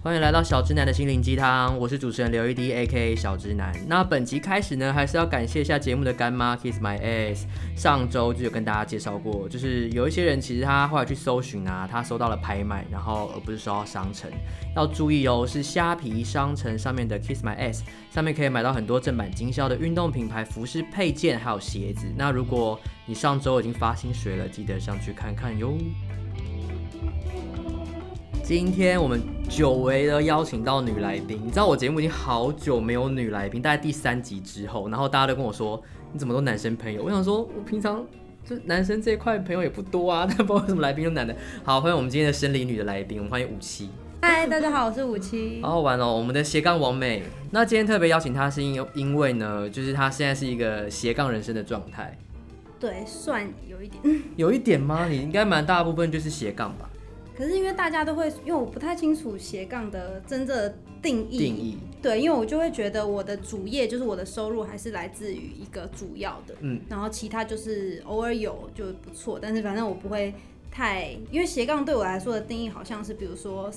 欢迎来到小直男的心灵鸡汤，我是主持人刘一滴 ，A.K.A 小直男。那本集开始呢，还是要感谢一下节目的干妈 Kiss My Ass。上周就有跟大家介绍过，就是有一些人其实他后来去搜寻啊，他收到了拍卖，然后而不是收到商城。要注意哦，是虾皮商城上面的 Kiss My Ass， 上面可以买到很多正版经销的运动品牌服饰配件，还有鞋子。那如果你上周已经发薪水了，记得上去看看哟。今天我们久违的邀请到女来宾，你知道我节目已经好久没有女来宾，大概第3集之后，然后大家都跟我说你怎么都男生朋友，我想说我平常就男生这一块朋友也不多啊，但不知道为什么来宾都男的。好，欢迎我们今天的生理女的来宾，我们欢迎57。 嗨，大家好，我是57。 好好玩哦，我们的斜杠王美。那今天特别邀请她是因为呢，就是她现在是一个斜杠人生的状态。 对，算有一点。 有一点吗？你应该蛮大部分就是斜杠吧？ 可是因为大家都会，因为我不太清楚斜杠的真正的定义。对，因为我就会觉得我的主业就是我的收入还是来自于一个主要的，然后其他就是偶尔有就不错，但是反正我不会太，因为斜杠对我来说的定义好像是，比如说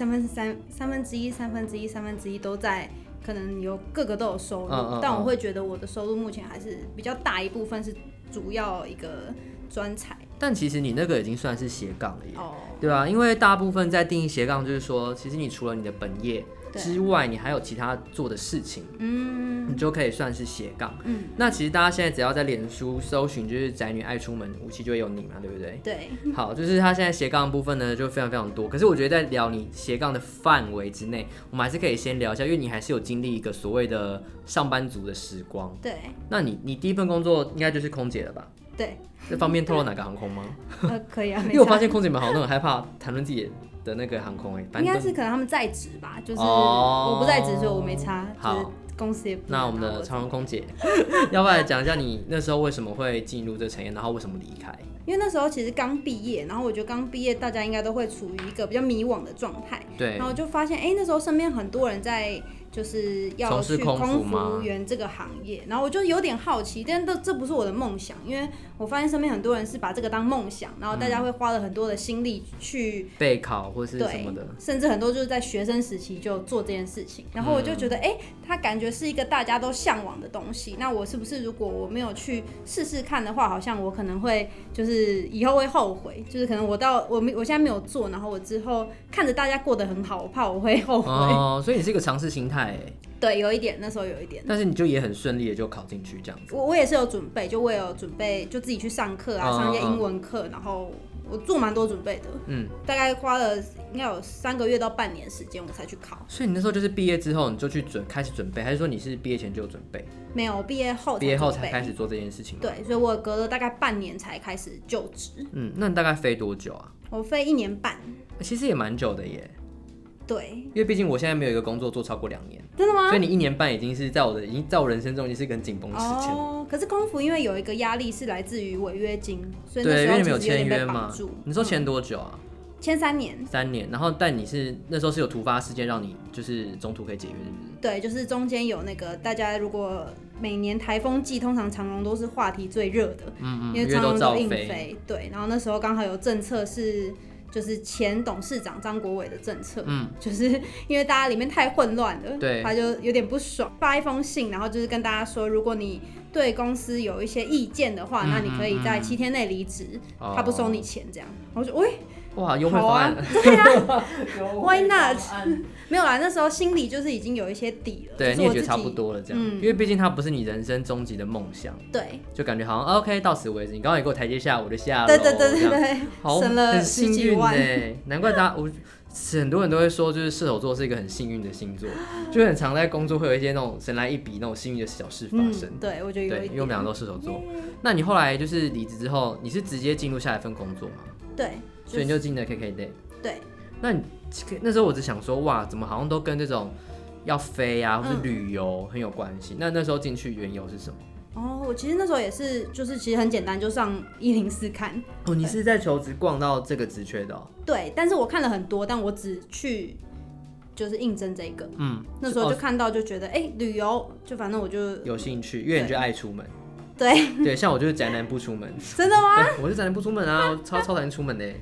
1/3、1/3都在，可能有各个都有收入，但我会觉得我的收入目前还是比较大一部分是主要一个专才。 但其实你那个已经算是斜杠了耶，对吧？因为大部分在定义斜杠就是说，其实你除了你的本业之外，你还有其他做的事情，你就可以算是斜杠。那其实大家现在只要在脸书搜寻就是宅女爱出门，57就会有你嘛，对不对？ 对。 好，就是他现在斜杠的部分呢就非常非常多，可是我觉得在聊你斜杠的范围之内，我们还是可以先聊一下，因为你还是有经历一个所谓的上班族的时光。 对。 那你第一份工作应该就是空姐了吧？ 对， 这方便透露哪个航空吗？ 可以啊， 因为我发现空姐们好像都很害怕谈论自己的那个航空应该是可能他们在职吧，就是我不在职，所以我没差。 好， 公司也不。 那我们的长荣空姐，要不要来讲一下你那时候为什么会进入这个产业，然后为什么离开？ 因为那时候其实刚毕业，然后我觉得刚毕业大家应该都会处于一个比较迷惘的状态。 对。 然后就发现，那时候身边很多人在就是要去空服员这个行业，然后我就有点好奇，但这不是我的梦想，因为我发现身边很多人是把这个当梦想，然后大家会花了很多的心力去备考或是什么的， 甚至很多就是在学生时期就做这件事情，然后我就觉得，它感觉是一个大家都向往的东西，那我是不是如果我没有去试试看的话，好像我可能会就是以后会后悔，就是可能我现在没有做，然后我之后看着大家过得很好，我怕我会后悔。 所以你是一个尝试心态。 对，有一点，那时候有一点， 但是你就也很顺利的就考进去这样子。 我也是有准备，我也有准备，就自己去上课啊，上一些英文课，然后我做蛮多准备的，大概花了应该有3个月到半年时间我才去考。 所以你那时候就是毕业之后你就去开始准备，还是说你是毕业前就有准备？ 没有，毕业后才开始做这件事情。 对，所以我隔了大概半年才开始就职。 那你大概飞多久啊？ 我飞1年半， 其实也蛮久的耶。 对， 因为毕竟我现在没有一个工作做超过2年。 真的吗？ 所以你1年半已经在我人生中已经是一个很紧绷的时间。 可是空服因为有一个压力是来自于违约金，所以那对， 时候因为你没有签约嘛。你说签多久啊？ 签3年。 3年，然后但你是那时候是有突发事件让你就是中途可以解约，是不是？ 对，就是中间有那个大家如果每年台风季，通常长荣都是话题最热的，因为长荣都硬飞。对，然后那时候刚好有政策是。就是前董事长张国伟的政策，就是因为大家里面太混乱了， 对， 他就有点不爽，发一封信，然后就是跟大家说，如果你对公司有一些意见的话，那你可以在7天内离职，他不收你钱，这样。我就哇，优惠方案， 对啊，Why not？ 没有啦，那时候心里就是已经有一些底了， 对，你也觉得差不多了这样，因为毕竟它不是你人生终极的梦想， 对， 就感觉好像 OK 到此为止，你刚刚也给我台阶下，我就下了， 对， 好， 省了10几万， 难怪很多人都会说，就是射手座是一个很幸运的星座，就很常在工作会有一些那种神来一笔那种幸运的小事发生。 对，我觉得有一点， 因为我们两个都射手座。那你后来就是离职之后，你是直接进入下一份工作吗？ 对， 所以你就进了 KKday。 对。 那你那时候我只想说，哇，怎么好像都跟这种要飞啊，或是旅游很有关系？那时候进去缘由是什么？ 我其实那时候也是，就是其实很简单，就上104看。 你是在求职逛到这个职缺的？ 对，但是我看了很多，但我只去就是应征这个。那时候就看到就觉得，旅游就反正我就有兴趣，因为你就爱出门。 对， 像我就是宅男不出门。 真的吗？ 对，我是宅男不出门啊，我超讨厌出门的。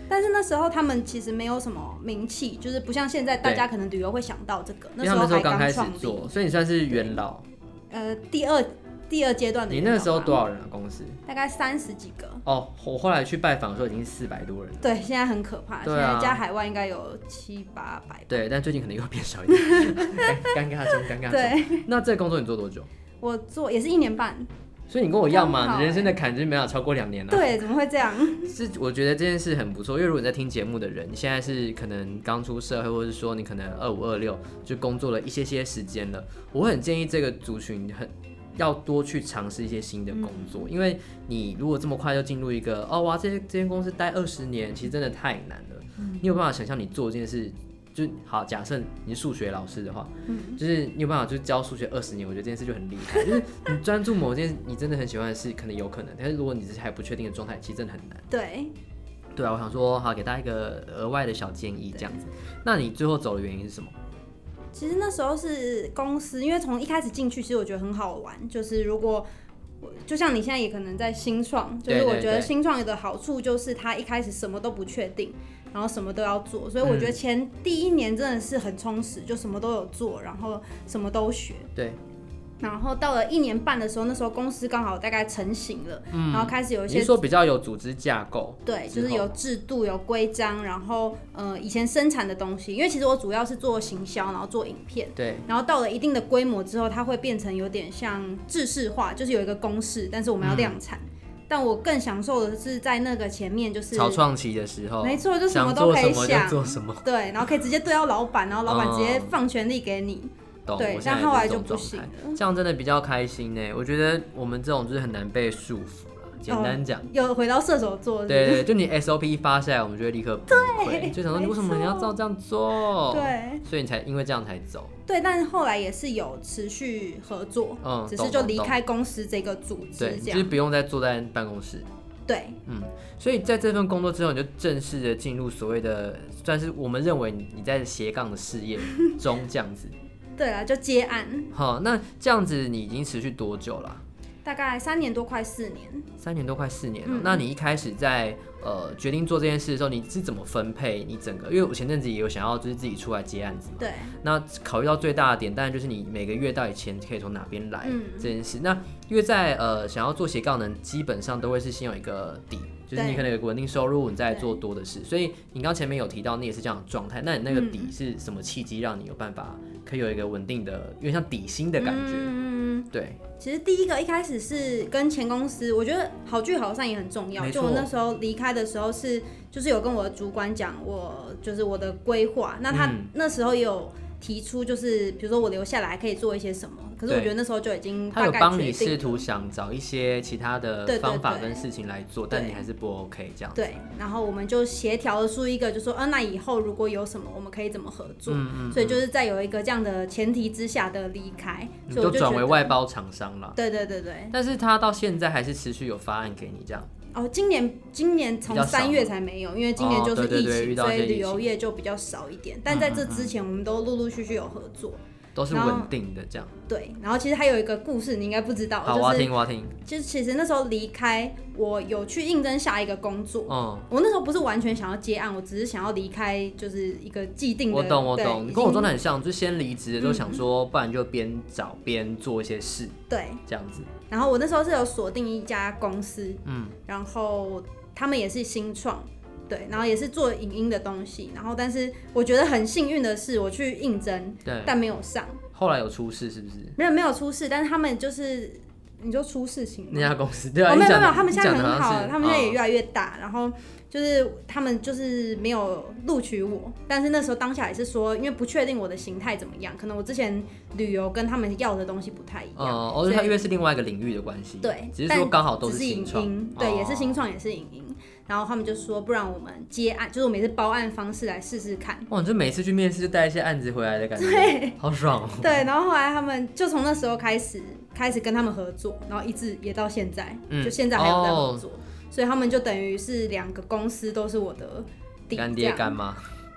但是那时候他们其实没有什么名气，就是不像现在大家可能旅游会想到这个，那时候还刚开始做，所以你算是元老。 第二阶段的。 你那个时候多少人啊？公司大概30几个。 哦，我后来去拜访的时候已经400多人了。 对，现在很可怕，现在加海外应该有700-800。 对，但最近可能又变少一点。尴尬中，尴尬中。对，那这个工作你做多久？ 我做也是1年半。 所以你跟我一样嘛，你人生的坎就是没有超过2年了。 对，怎么会这样？ 是我觉得这件事很不错，因为如果你在听节目的人，你现在是可能刚出社会，或者是说你可能25、26就工作了一些时间了，我会很建议这个族群要多去尝试一些新的工作，因为你如果这么快就进入一个哇这间公司待20年，其实真的太难了。你有办法想象你做这件事？就好，假设你是数学老师的话，就是你有办法就教数学20年，我觉得这件事就很厉害。就是你专注某件你真的很喜欢的事，可能有可能，但是如果你是还不确定的状态，其实真的很难。对啊，我想说好，给大家一个额外的小建议，这样子。那你最后走的原因是什么？ 其实那时候是公司，因为从一开始进去，其实我觉得很好玩，就是如果就像你现在也可能在新创，就是我觉得新创的好处就是它一开始什么都不确定。然后什么都要做，所以我觉得第1年真的是很充实，就什么都有做，然后什么都学。 对。 然后到了1年半的时候，那时候公司刚好大概成型了，然后开始有一些你是说比较有组织架构， 对，就是有制度、有规章，然后以前生产的东西，因为其实我主要是做行销，然后做影片， 对， 然后到了一定的规模之后，它会变成有点像制式化，就是有一个公式，但是我们要量产。但我更享受的是在那个前面，就是草创期的时候， 没错，就什么都可以想， 做什么， 对，然后可以直接对到老板，然后老板直接放权力给你，对，但后来就不行了。 这样真的比较开心呢。我觉得我们这种就是很难被束缚啦。简单讲， 又回到射手座， 对，就你 SOP 发下来，我们就会立刻崩溃，就想说你为什么你要照这样做？ 对， 所以你才因为这样才走。 对，但是后来也是有持续合作，只是就离开公司这个组织， 对，就是不用再坐在办公室。 对， 所以在这份工作之后，你就正式的进入所谓的，算是我们认为你在斜杠的事业中这样子。 对啦，就接案。 好，那这样子你已经持续多久了？ 大概3年多，快4年。 3年多，快4年了。那你一开始在决定做这件事的时候，你是怎么分配你整个？因为我前阵子也有想要就是自己出来接案子嘛。 对。 那考虑到最大的点，当然就是你每个月到底钱可以从哪边来这件事。那因为在想要做斜杠人，基本上都会是先有一个底。就是你可能有个稳定收入，你再做多的事。所以你刚前面有提到，你也是这样的状态。那你那个底是什么契机让你有办法可以有一个稳定的，有点像底薪的感觉？对。 其实第一个一开始是跟前公司，我觉得好聚好散也很重要。就我那时候离开的时候就是有跟我的主管讲，就是我的规划。那他那时候也有提出，就是比如说我留下来可以做一些什么。可是我觉得那时候就已经大概决定了。他有帮你试图想找一些其他的方法跟事情来做，但你还是不 OK 这样子。 对，然后我们就协调出一个，就说那以后如果有什么，我们可以怎么合作。所以就是在有一个这样的前提之下的离开， 你就转为外包厂商了。 对。 但是他到现在还是持续有发案给你这样。 今年从3月才没有，因为今年就是疫情，所以旅游业就比较少一点。但在这之前，我们都陆陆续续有合作。 都是稳定的这样。 对，然后其实还有一个故事，你应该不知道。 好，我要听。 就是其实那时候离开，我有去应征下一个工作。我那时候不是完全想要接案，我只是想要离开，就是一个既定的。 我懂。你跟我状态很像，就先离职的时候想说，不然就边找边做一些事。 对， 这样子。 然后我那时候是有锁定一家公司，然后他们也是新创。对，然后也是做影音的东西，然后但是我觉得很幸运的是，我去应征，但没有上。 后来有出事是不是？ 没有出事，但是他们就是你就出事情吗？ 那家公司对啊， 没有，他们现在很好了，他们现在也越来越大，然后就是他们就是没有录取我，但是那时候当下也是说，因为不确定我的形态怎么样，可能我之前旅游跟他们要的东西不太一样。 所以它因为是另外一个领域的关系， 对， 只是说刚好都是新创， 对，也是新创，也是影音。然后他们就说，不然我们接案，就是我们也是包案方式来试试看。 哇，你就每次去面试就带一些案子回来的感觉， 对， 好爽哦。 对，然后后来他们就从那时候开始跟他们合作，然后一直也到现在，就现在还有在合作，所以他们就等于是2个公司都是我的干爹干妈。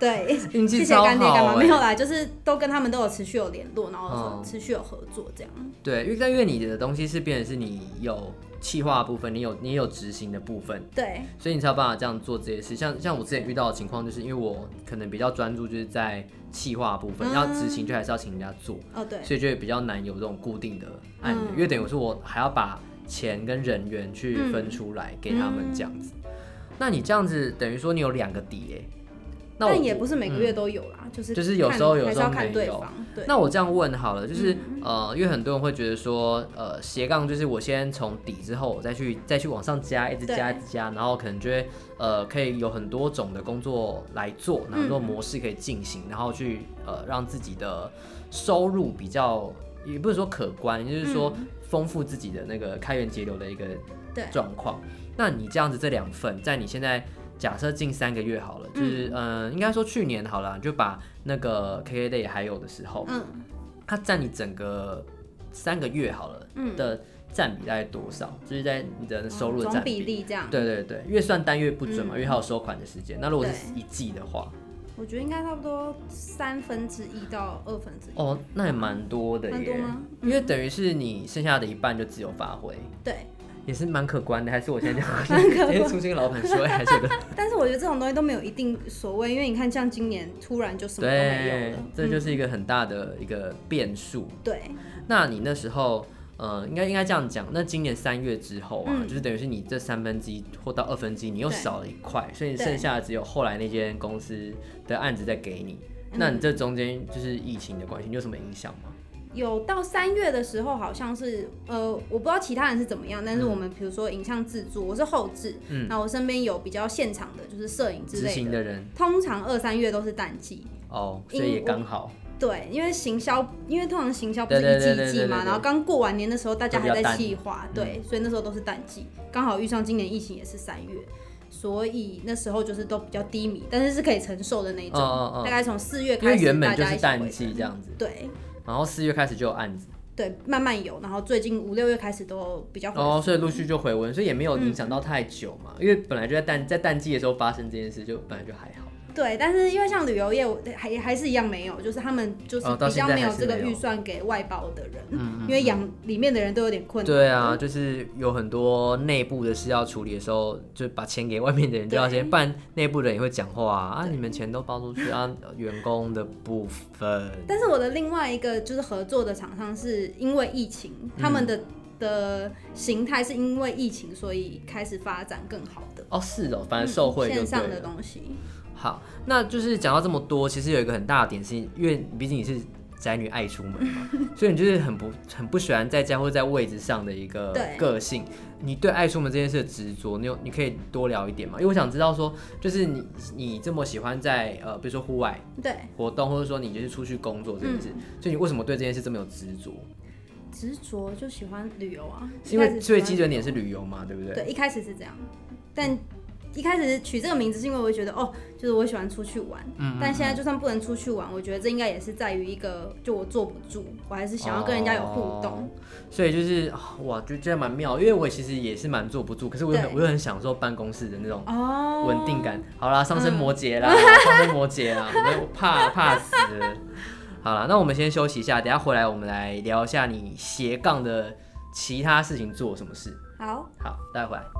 对， 运气超好。谢谢干爹干妈，没有啦，就是都跟他们都有持续有联络，然后持续有合作这样。 对，因为你的东西是变成是你有企划的部分，你有执行的部分， 对， 所以你才有办法这样做这些事。像我之前遇到的情况，就是因为我可能比较专注就是在企划的部分，要执行就还是要请人家做， 对， 所以就会比较难有这种固定的案源，因为等于说我还要把钱跟人员去分出来给他们这样子。那你这样子等于说你有2个底耶。 但也不是每个月都有啦， 就是有时候还是要看对方。对， 那我这样问好了，就是因为很多人会觉得说，斜杠就是我先从底之后，我再去往上加，一直加，然后可能就会可以有很多种的工作来做，然后很多模式可以进行，然后去让自己的收入比较，也不是说可观，就是说丰富自己的那个开源节流的一个状况。那你这样子这2份，在你现在假设近3个月好了，就是应该说去年好了，就把那个 KKday 还有的时候，它占你整个3个月好了的占比大概多少？就是在你的收入的占比例这样。 对，因为算单月不准嘛，因为还有收款的时间。那如果是一季的话， 我觉得应该差不多1/3到1/2。 哦，那也蛮多的耶。蛮多吗？因为等于是你剩下的一半就自由发挥。 对。 也是蛮可观的，还是我现在今天出现老板说，还是有个。 但是我觉得这种东西都没有一定所谓，因为你看，像今年突然就什么都没有了， 这就是一个很大的一个变数。 对。 那你那时候，应该这样讲，那今年3月之后啊，就是等于是你这1/3或到1/2，你又少了一块，所以你剩下的只有后来那间公司的案子在给你。那你这中间就是疫情的关系，你有什么影响吗？ 有到3月的时候，好像是我不知道其他人是怎么样，但是我们比如说影像制作，我是后制，那我身边有比较现场的，就是摄影之类的执行的人， 通常2、3月都是淡季哦，所以也刚好。 对，因为通常行销不是一季嘛，然后刚过完年的时候，大家还在企划，对，所以那时候都是淡季，刚好遇上今年疫情也是3月。所以那时候就是都比较低迷，但是可以承受的那种。大概从4月开始， 因为原本就是淡季这样子。 对。 然后4月开始就有案子。 对，慢慢有，然后最近5、6月开始都比较回温。 所以陆续就回温，所以也没有影响到太久嘛。因为本来就在淡季的时候发生这件事，就本来就还好。 对，但是因为像旅游业还是一样没有，就是他们就是比较没有这个预算给外包的人，因为养里面的人都有点困难。 对啊，就是有很多内部的事要处理的时候，就把钱给外面的人就要先，不然内部的人也会讲话啊，你们钱都包出去啊，员工的部分。 但是我的另外一个就是合作的厂商是因为疫情，他们的形态是因为疫情，所以开始发展更好的。 哦，是哦，反正受惠就对了。 线上的东西。 好，那就是讲到这么多，其实有一个很大的点是，因为毕竟你是宅女爱出门嘛，所以你就是很不喜欢在家或者在位置上的一个个性。你对爱出门这件事的执着，你可以多聊一点嘛？因为我想知道说，就是你这么喜欢在比如说户外活动，或者说你就是出去工作这件事，所以你为什么对这件事这么有执着？ 执着就喜欢旅游啊， 因为最基准点是旅游嘛，对不对？ 对，一开始是这样，但一开始取这个名字是因为我觉得就是我喜欢出去玩，但现在就算不能出去玩，我觉得这应该也是在于一个就我坐不住，我还是想要跟人家有互动， 所以就是哇，就觉得蛮妙，因为我其实也是蛮坐不住，可是我又很享受办公室的那种稳定感。好啦，上升摩羯啦，上升摩羯啦，我怕死了。好啦，那我们先休息一下，等一下回来我们来聊一下你斜杠的其他事情做什么事。 好， 待会回来。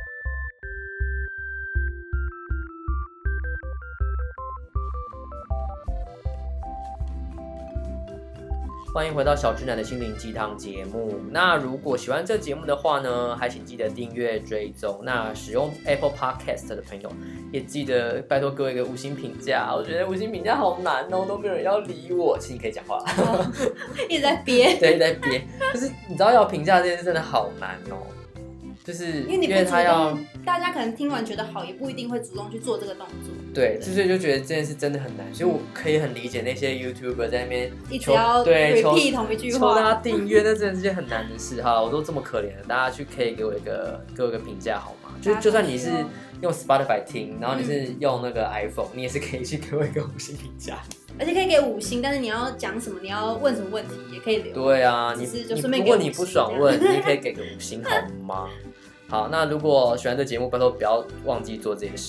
欢迎回到小直男的心灵鸡汤节目。那如果喜欢这节目的话呢，还请记得订阅追踪。那使用 Apple Podcast 的朋友，也记得拜托给我一个5星评价。我觉得5星评价好难哦，都没有人要理我。其实你可以讲话， 一直在憋， 对，一直在憋。就是你知道要评价这件事真的好难哦。就是因为你不主动，大家可能听完觉得好，也不一定会主动去做这个动作。 对，所以就觉得这件事真的很难，所以我可以很理解那些 YouTuber 在那边一直要 repeat 同一句话， 求大家订阅，那真的是件很难的事。好，我都这么可怜了，大家可以给我一个评价好吗？就算你是用 Spotify 听，然后你是用那个 iPhone， 你也是可以去给我一个5星评价。 而且可以给5星，但是你要讲什么，你要问什么问题也可以留。 对啊，如果你不爽问，你也可以给个5星好吗？好，那如果喜欢这节目，拜托不要忘记做这件事。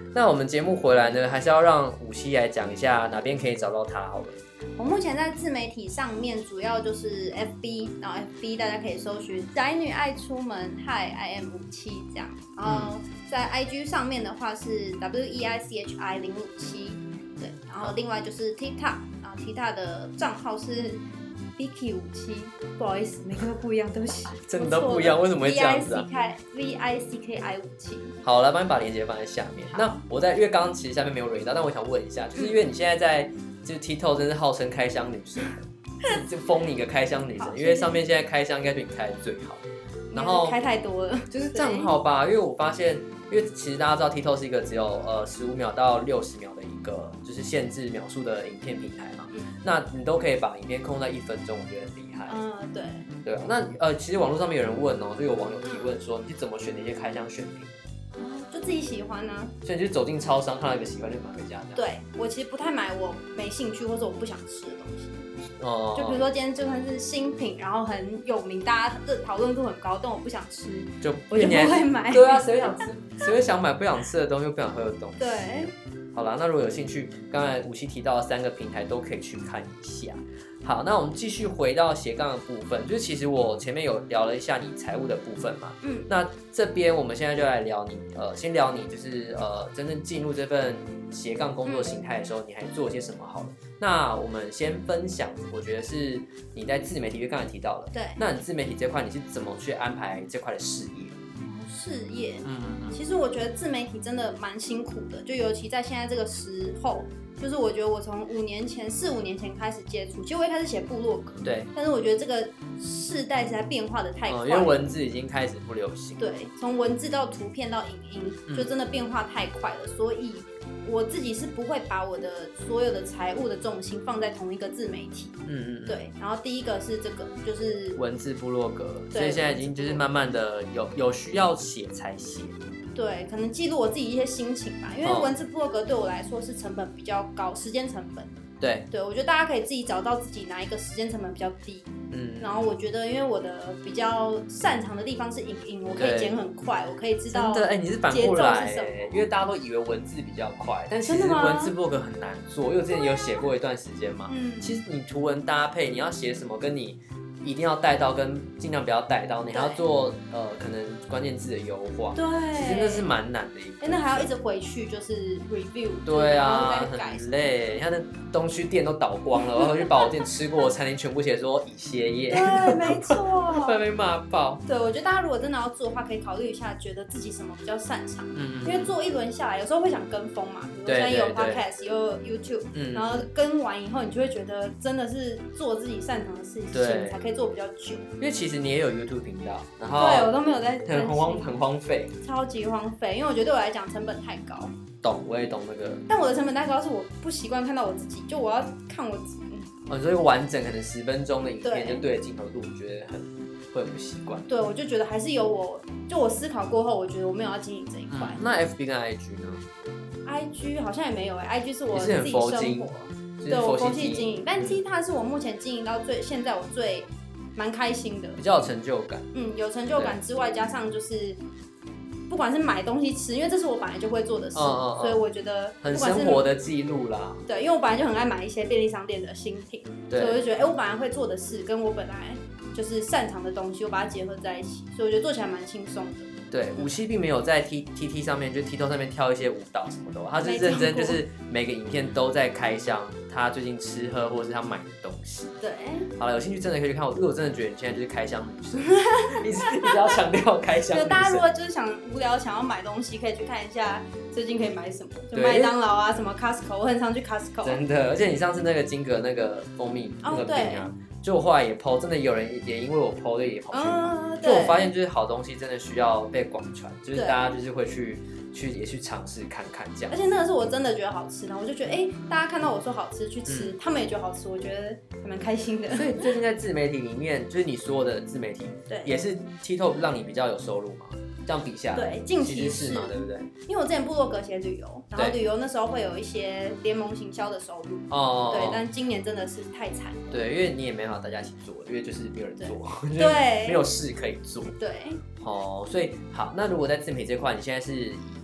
那我们节目回来呢，还是要让武熙来讲一下哪边可以找到他好了。 我目前在自媒体上面主要就是 FB， 然后 FB 大家可以搜寻宅女爱出门 Hi I am 57这样，然后在 IG 上面的话是 WEICHI 057，对，然后另外就是 TikTok， 然后 TikTok 的账号是 Vicky57， 不好意思，每个都不一样，对不起， 真的不一样，为什么会这样子啊 ？VICKI57。 好，来帮你把链接放在下面。那我因为刚刚其实下面没有轮到，但我想问一下，就是因为你现在在就是 TikTok 真是号称开箱女神，就封你一个开箱女神，因为上面现在开箱应该比你开的最好。然后开太多了， 就是这样好吧？因为我发现，因为其实大家知道 TikTok 是一个只有15秒到60秒的一个就是限制秒数的影片平台嘛。那你都可以把影片控在1分钟，我觉得很厉害。 对。 对啊，那其实网络上面有人问就有网友提问说，你是怎么选那些开箱选品？ 就自己喜欢啊， 所以你就走进超商看到一个喜欢就买回家。 对，我其实不太买我没兴趣或者我不想吃的东西。就比如说今天就算是新品，然后很有名，大家的讨论度很高，但我不想吃，我就不会买。 对啊，谁会想吃？谁会想买不想吃的东西又不想喝的东西？ 对。 好啦，那如果有兴趣，刚才武熙提到的3个平台都可以去看一下。好，那我们继续回到斜杠的部分，就是其实我前面有聊了一下你财务的部分嘛，那这边我们现在就来聊你，先聊你就是真正进入这份斜杠工作形态的时候，你还做些什么好了？那我们先分享，我觉得是你在自媒体，因为刚才提到了， 对， 那你自媒体这块你是怎么去安排这块的事业？ 事业，其实我觉得自媒体真的蛮辛苦的，就尤其在现在这个时候，就是我觉得我从4、5年前开始接触，其实我一开始写部落格， 对， 但是我觉得这个世代实在变化的太快了， 因为文字已经开始不流行， 对，从文字到图片到影音，就真的变化太快了，所以我自己是不会把我的所有的财务的重心放在同一个自媒体，对。然后第一个是这个，就是文字部落格，所以现在已经就是慢慢的有需要写才写， 对，可能记录我自己一些心情吧，因为文字部落格对我来说是成本比较高，时间成本。 对， 我觉得大家可以自己找到自己哪一个时间成本比较低。然后我觉得，因为我的比较擅长的地方是影音，我可以剪很快，我可以知道。 真的，你是反过来，因为大家都以为文字比较快，但其实文字部落格很难做。因为我之前有写过一段时间嘛，其实你图文搭配，你要写什么，跟你一定要带到，跟尽量不要带到，你还要做可能关键字的优化， 对， 其实那是蛮难的一个。 那还要一直回去就是 review， 对啊，很累。你看那东区店都倒光了，然后就把我之前吃过的餐厅全部写说已歇业， 对，没错， 会被骂爆。 对，我觉得大家如果真的要做的话，可以考虑一下，觉得自己什么比较擅长，因为做一轮下来，有时候会想跟风嘛，比如说现在有 podcast， 有 YouTube，然后跟完以后，你就会觉得真的是做自己擅长的事情才可以做比较久。 因为其实你也有 YouTube 频道，然后对我都没有在很荒废， 超级荒废，因为我觉得对我来讲成本太高。 懂，我也懂那个。 但我的成本太高，是我不习惯看到我自己，就我要看我自己。 你说一个完整可能10分钟的影片，就对着镜头录，我觉得会很不习惯。 对，我就觉得还是有我思考过后，我觉得我没有要经营这一块。 那 FB 跟 IG 呢 ？IG 好像也没有IG 是我自己生活， 对， 我佛系经营。但 TikTok 是我目前经营到现在我最蛮开心的， 比较有成就感。 有成就感之外，加上就是不管是买东西吃，因为这是我本来就会做的事，所以我觉得很生活的记录啦。 对，因为我本来就很爱买一些便利商店的新品，所以我就觉得，我本来会做的事跟我本来就是擅长的东西，我把它结合在一起，所以我觉得做起来蛮轻松的。 对，武熙并没有在 TT 上面，就 TikTok 上面跳一些舞蹈什么的，他是认真，就是每个影片都在开箱他最近吃喝或是他买的东西。 对， 好了，有兴趣真的可以去看因为我真的觉得你现在就是开箱女生，一直要强调开箱女生。 大家如果就是无聊想要买东西，可以去看一下最近可以买什么，就麦当劳啊，什么 Costco， 我很常去 Costco。真的，而且你上次那个金格那个蜂蜜那个饼啊。就我后来也 po， 真的有人也因为我 po 也跑去买，就我发现就是好东西真的需要被广传，就是大家就是会也去尝试看看这样。 而且那个是我真的觉得好吃，然后我就觉得大家看到我说好吃去吃，他们也觉得好吃，我觉得还蛮开心的。 所以最近在自媒体里面，就是你所有的自媒体，对，也是 TikTok 让你比较有收入吗？这样比下来， 对，近期是嘛，对不对？ 因为我之前部落格写旅游，然后旅游那时候会有一些联盟行销的收入，对，但今年真的是太惨了。 对，因为你也没办法大家一起做，因为就是没有人做， 对， 没有事可以做， 对。 所以好，那如果在自媒体这块，你现在是以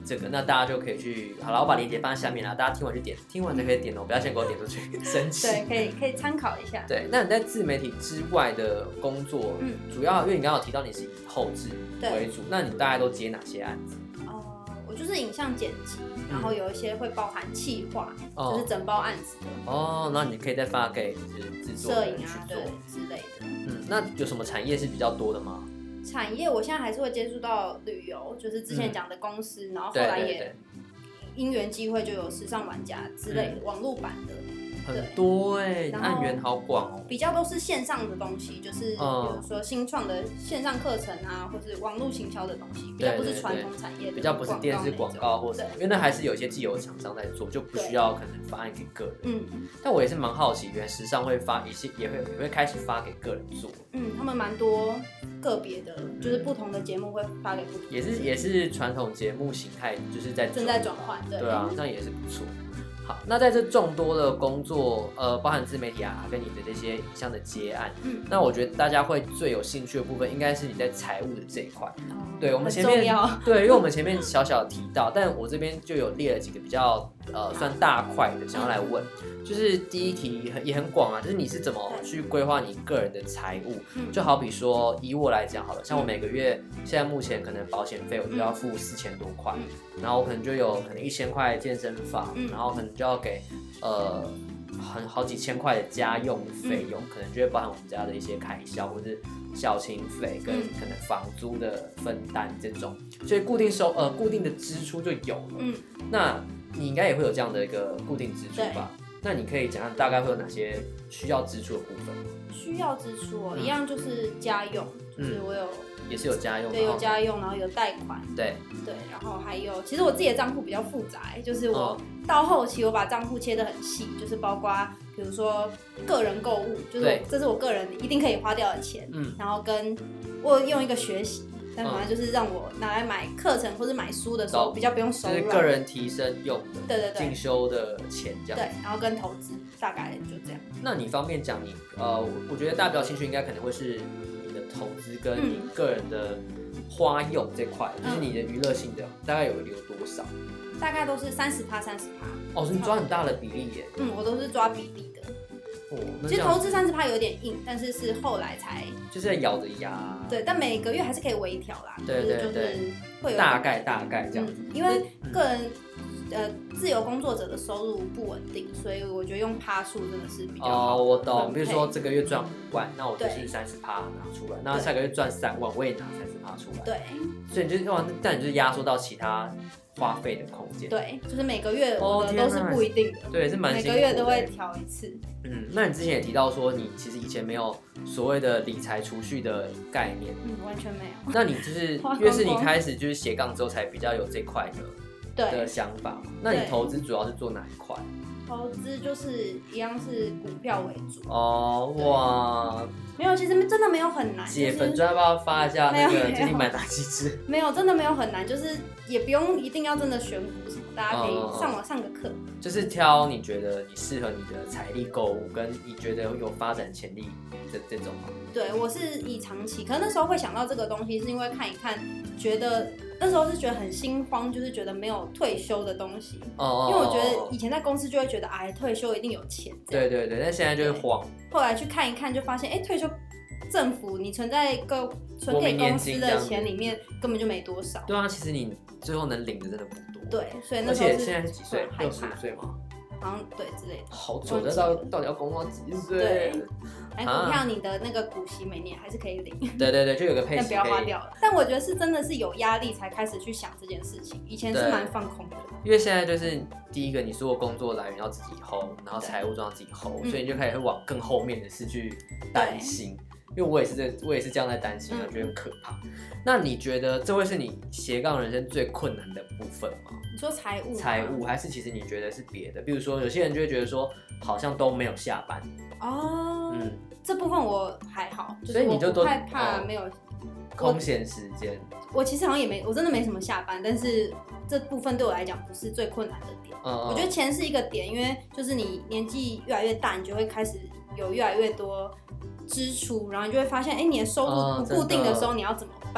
这个，那大家就可以去，好了，我把链接放在下面啦，大家听完就点，听完才可以点哦，不要先给我点出去，生气。 对，可以参考一下。 对，那你在自媒体之外的工作，主要因为你刚刚有提到你是以后制为主，那你大概都接哪些案子？ 我就是影像剪辑，然后有一些会包含企划，就是整包案子的。 那你可以再发给就是制作人去做对之类的。 那有什么产业是比较多的吗？ 产业我现在还是会接触到旅游，就是之前讲的公司，然后后来也因缘机会就有时尚玩家之类的网络版的。 很多案源好广哦。 比较都是线上的东西，就是比如说新创的线上课程啊，或是网络行销的东西，比较不是传统产业的， 比较不是电视广告或者，因为那还是有一些既有厂商在做，就不需要可能发案给个人。但我也是蛮好奇，原来时尚会发一些，也会开始发给个人做。 他们蛮多个别的，就是不同的节目会发给不同的。 也是传统节目形态，就是正在转换。 对啊，那也是不错。好，那在这众多的工作，包含自媒体啊，跟你的这些影像的接案，那我觉得大家会最有兴趣的部分，应该是你在财务的这一块。对，我们前面对，因为我们前面小小提到，但我这边就有列了几个比较算大块的，想要来问。就是第一题也很广啊，就是你是怎么去规划你个人的财务？就好比说，以我来讲好了，像我每个月现在目前可能保险费我就要付4000多块，然后我可能就有可能1000块健身房，然后可能就要给好几千块的家用费用，可能就会包含我们家的一些开销，或是孝亲费跟可能房租的分担这种，所以固定的支出就有了。那你应该也会有这样的一个固定支出吧？那你可以讲讲大概会有哪些需要支出的部分？ 需要支出一样就是家用，就是我有也是有家用， 对，有家用，然后有贷款， 对， 然后还有，其实我自己的账户比较复杂，就是我到后期我把账户切得很细，就是包括比如说个人购物，就是这是我个人一定可以花掉的钱，然后跟我用一个学习。但反正就是让我拿来买课程或者买书的时候，比较不用手软， 就是个人提升用的， 对， 进修的钱这样。 对，然后跟投资大概就这样。 那你方便讲你我觉得大家比较兴趣应该可能会是你的投资跟你个人的花用这块，就是你的娱乐性的大概有多少？ 大概都是30%。 哦，你抓很大的比例耶。 我都是抓比例的。其实投资30%有点硬，但是后来才就是在咬着牙。 对，但每个月还是可以微调啦。 对，会有大概这样子。 因为个人自由工作者的收入不稳定，所以我觉得用趴数真的是比较好。 我懂。比如说这个月赚5万，那我就是30%拿出来，那下个月赚3万，我也拿30%出来。 对， 所以你就是压缩到其他花费的空间。 对，就是每个月我的都是不一定的。 对，是蛮辛苦的。 每个月都会调一次。 那你之前也提到说，你其实以前没有所谓的理财储蓄的概念。 完全没有。 那你就是越是你开始就是斜杠之后，才比较有这块的想法。那你投资主要是做哪一块？ 投资就是一样是股票为主。 哇。 没有，其实真的没有很难。 姐粉专要不要发一下那个最近买哪几支？ 没有，真的没有很难，就是也不用一定要真的选股什么，大家可以上网上个课。 就是挑你觉得你适合你的财力购物，跟你觉得有发展潜力的这种吗？ 对，我是以长期，可能那时候会想到这个东西，是因为看一看，觉得那时候是觉得很心慌，就是觉得没有退休的东西。因为我觉得以前在公司就会觉得，退休一定有钱。 对，但现在就是慌。 后来去看一看，就发现，退休政府你存给公司的钱里面根本就没多少。 对啊，其实你最后能领的真的不多。 对，所以那时候而且现在是几岁？65岁吗？ 好像对之类的。 好久，到底要工作几岁？ 对，股票你的那个股息每年还是可以领。 对，就有个配息， 但不要花掉了。但我觉得是真的是有压力才开始去想这件事情，以前是蛮放空的。 因为现在就是第一个，你所有工作来源要自己 hold， 然后财务状要自己 hold，所以你就开始会往更后面的事去担心。因为我也是这样在担心，我觉得很可怕。那你觉得这会是你斜杠人生最困难的部分吗？ 你说财务还是其实你觉得是别的？比如说有些人就会觉得说好像都没有下班。 这部分我还好， 所以你就都害怕没有空闲时间。 我其实好像我真的没什么下班，但是这部分对我来讲不是最困难的点。我觉得钱是一个点，因为就是你年纪越来越大，你就会开始有越来越多支出，然后你就会发现，你的收入不固定的时候，你要怎么办？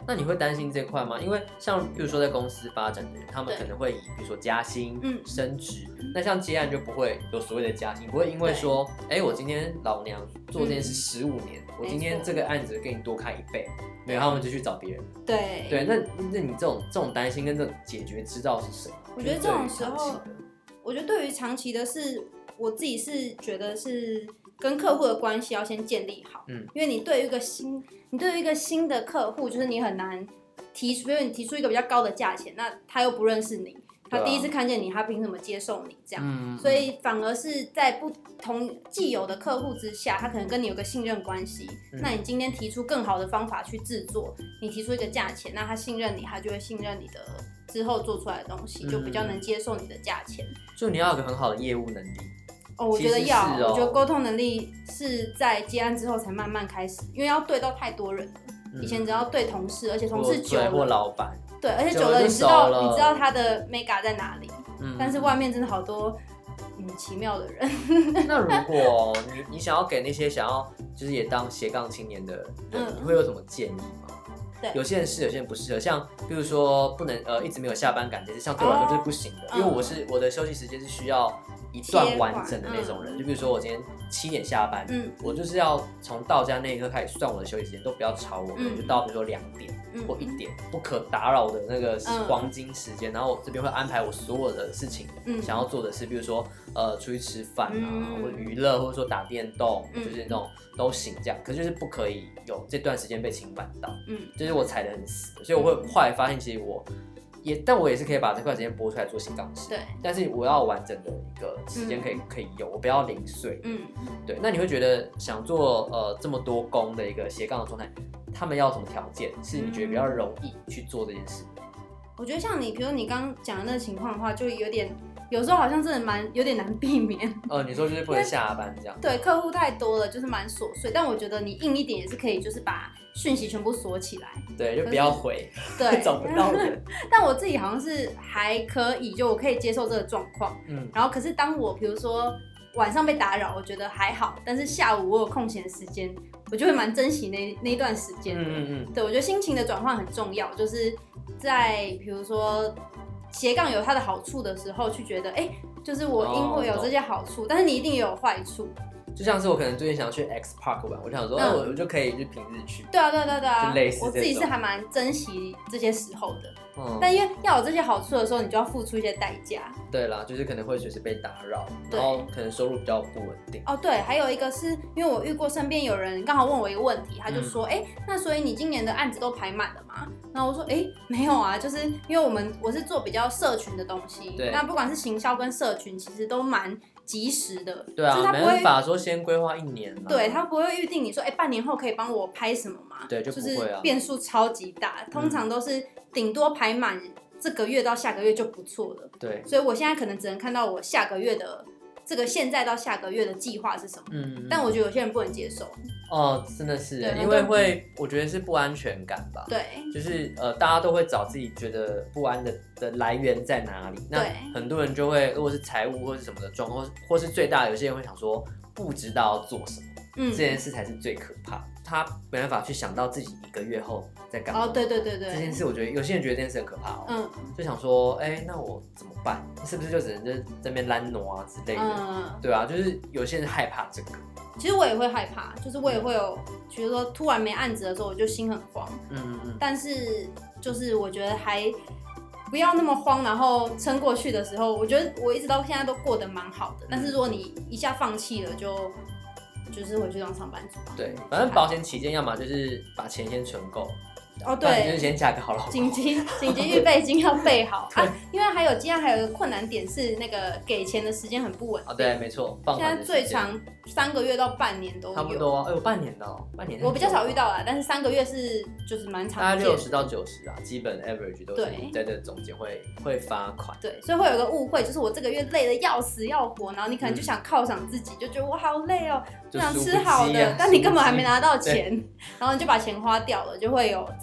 那你会担心这块吗？因为像比如说在公司发展的人，他们可能会以比如说加薪、升职，那像接案就不会有所谓的加薪，不会因为说，我今天老娘做这件事15年，我今天这个案子给你多开1倍，没有，他们就去找别人。对，那你这种担心跟这种解决之道是什么？ 我觉得这种时候，我觉得对于长期的是，我自己是觉得是跟客户的关系要先建立好，因为你对于一个新的客户，就是你很难比如你提出一个比较高的价钱，那他又不认识你，他第一次看见你，他凭什么接受你这样？所以反而是在不同既有的客户之下，他可能跟你有个信任关系，那你今天提出更好的方法去制作，你提出一个价钱，那他信任你，他就会信任你的之后做出来的东西，就比较能接受你的价钱。 就你要有个很好的业务能力。 我觉得要，我觉得沟通能力是在接案之后才慢慢开始，因为要对到太多人了。以前只要对同事，而且同事久了， 或老板， 对，而且久了你知道他的 mega 在哪里，但是外面真的好多奇妙的人。 那如果你想要给那些想要就是也当斜杠青年的人，你会有什么建议吗？有些人适合，有些人不适合。像比如说不能一直没有下班感觉，像对我来说就是不行的，因为我的休息时间是需要一段完整的那种人。就比如说我今天7点下班，我就是要从到家那一刻开始算我的休息时间，都不要吵我，可能就到比如说2点或1点，不可打扰的那个黄金时间。然后我这边会安排我所有的事情，想要做的事，比如说出去吃饭啊，或者娱乐，或者说打电动，就是那种都行这样。可是就是不可以有这段时间被侵犯到，就是我踩得很死，所以我会后来发现，其实但我也是可以把这块时间拨出来做斜杠事， 对。 但是我要完整的一个时间可以用，我不要零碎，对。那你会觉得想做这么多工的一个斜杠的状态，他们要什么条件是你觉得比较容易去做这件事？ 我觉得像你，比如你刚刚讲的那个情况的话，就有时候好像真的有点难避免。 你说就是不能下班这样。 对，客户太多了，就是蛮琐碎。但我觉得你硬一点也是可以，就是把讯息全部锁起来。 对，就不要回。 对， 找不到人。 但我自己好像是还可以，就我可以接受这个状况。然后可是当我比如说晚上被打扰，我觉得还好。但是下午我有空闲的时间，我就会蛮珍惜那一段时间的。对，我觉得心情的转换很重要，就是在比如说斜杠有它的好处的时候，去觉得就是我因为有这些好处，但是你一定也有坏处。 就像是我可能最近想要去 X Park 玩，我就想说，我就可以就平日去。 对啊， 就类似这种。 我自己是还蛮珍惜这些时候的。但因为要有这些好处的时候，你就要付出一些代价。 对啦，就是可能会随时被打扰，然后可能收入比较不稳定。 对，还有一个是因为我遇过身边有人刚好问我一个问题，他就说，那所以你今年的案子都排满了吗？然后我说，没有啊，就是因为我是做比较社群的东西，那不管是行销跟社群，其实都蛮及时的。 对啊，没办法说先规划1年嘛。 对，他不会预定你说，半年后可以帮我拍什么吗？ 对，就不会啊， 就是变数超级大，通常都是顶多排满这个月到下个月就不错了。 对， 所以我现在可能只能看到我下个月的这个现在到下个月的计划是什么。但我觉得有些人不能接受。 真的是，因为我觉得是不安全感吧。 对， 就是大家都会找自己觉得不安的来源在哪里。那很多人就会，如果是财务或是什么的状况，或是最大的，有些人会想说不知道要做什么。这件事才是最可怕的。他没办法去想到自己1个月后在干嘛。 对。这件事我觉得有些人觉得这件事很可怕就想说，那我怎么办？是不是就只能在这边懒挪啊之类的？对啊，就是有些人害怕这个。 其实我也会害怕，就是我也会有，比如说突然没案子的时候，我就心很慌。但是就是我觉得还不要那么慌，然后撑过去的时候，我觉得我一直到现在都过得蛮好的。但是如果你一下放弃了，就是回去当上班族吧。 对，反正保险起见，要么就是把钱先存够。 对， 就是先嫁个好老公。 紧急预备金要备好因为还有接下来还有一个困难点是那个给钱的时间很不稳定。 对，没错， 现在最长3个月到半年都有。 差不多有半年的半年。 我比较少遇到啦，但是3个月是就是蛮常见的。 大概60到90啊，基本 average 都是在这中间会发款。 对，所以会有个误会，就是我这个月累得要死要活，然后你可能就想犒赏自己，就觉得我好累就想吃好的，但你根本还没拿到钱，然后你就把钱花掉了，就会有资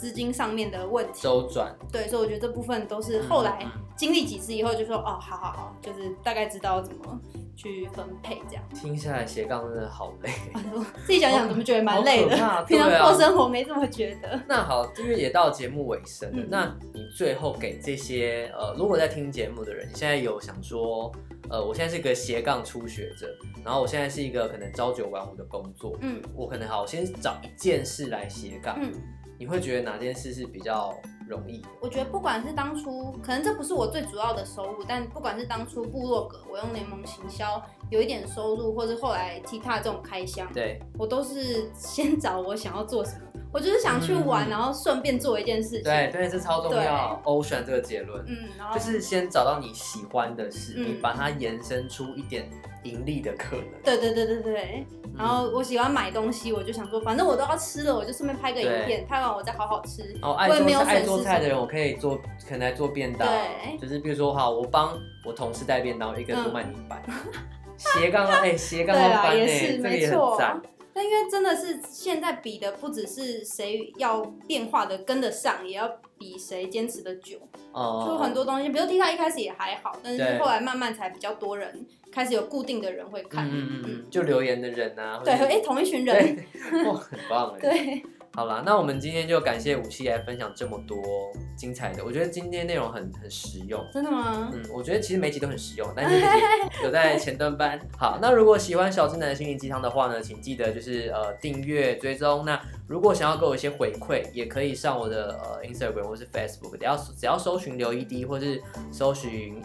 资金上面的问题周转。 对，所以我觉得这部分都是后来经历几次以后就说哦，好，就是大概知道怎么去分配这样。 听下来斜杠真的好累， 自己想想怎么觉得蛮累的，平常过生活没这么觉得。 那好，因为也到节目尾声了，那你最后给这些如果在听节目的人，你现在有想说，我现在是一个斜杠初学者，然后我现在是一个可能朝9晚5的工作，我可能好先找一件事来斜杠，你会觉得哪件事是比较容易的？ 我觉得不管是当初，可能这不是我最主要的收入，但不管是当初部落格我用联盟行销有一点收入，或是后来 TikTok 这种开箱， 对， 我都是先找我想要做什么。我就是想去玩，然后顺便做一件事情。 对，这超重要。我喜欢这个结论。 然后就是先找到你喜欢的事，你把它延伸出一点盈利的可能。 对。然后我喜欢买东西，我就想说，反正我都要吃了，我就顺便拍个影片，拍完我再好好吃。 爱做菜的人，我可以能来做便当。对，就是比如说，好，我帮我同事带便当，一个人多卖你100。斜杠斜杠要翻这个也很赞。 但因为真的是现在比的不只是谁要变化的跟得上，也要比谁坚持的久。就很多东西，比如 TikTok 一开始也还好，但是后来慢慢才比较多人开始有固定的人会看。 就留言的人啊。 对，同一群人。 哇，很棒哎。对。好啦，那我们今天就感谢57来分享这么多精彩的，我觉得今天内容很实用。 真的吗？ 我觉得其实每集都很实用，但是有在前端班。好，那如果喜欢小之男的心灵鸡汤的话呢，请记得就是订阅追踪。那如果想要给我一些回馈，也可以上我的Instagram 或是 Facebook， 只要搜寻刘ED，或是搜寻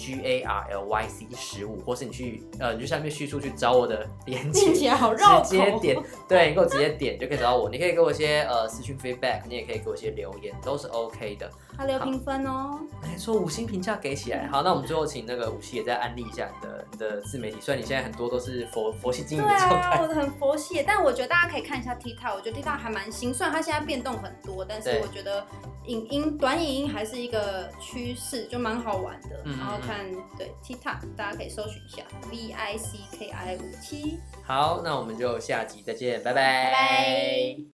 EDGARLYC15，或是你去下面叙述去找我的连结， 听起来好绕口， 直接点，对，你给我直接点就可以找到我。你可以给我一些私讯 feedback， 你也可以给我一些留言，都是 OK 的。 还留评分哦， 没错，5星评价给起来。好，那我们最后请那个57也再安利一下你的自媒体，虽然你现在很多都是佛系经营的状态。 对啊，我很佛系，但我觉得大家可以看一下 TikTok， 我觉得 TikTok 还蛮新，虽然它现在变动很多，但是我觉得短影音还是一个趋势，就蛮好玩的。然后看对 TikTok， 大家可以搜寻一下 VICKI57。 好，那我们就下集再见，拜拜。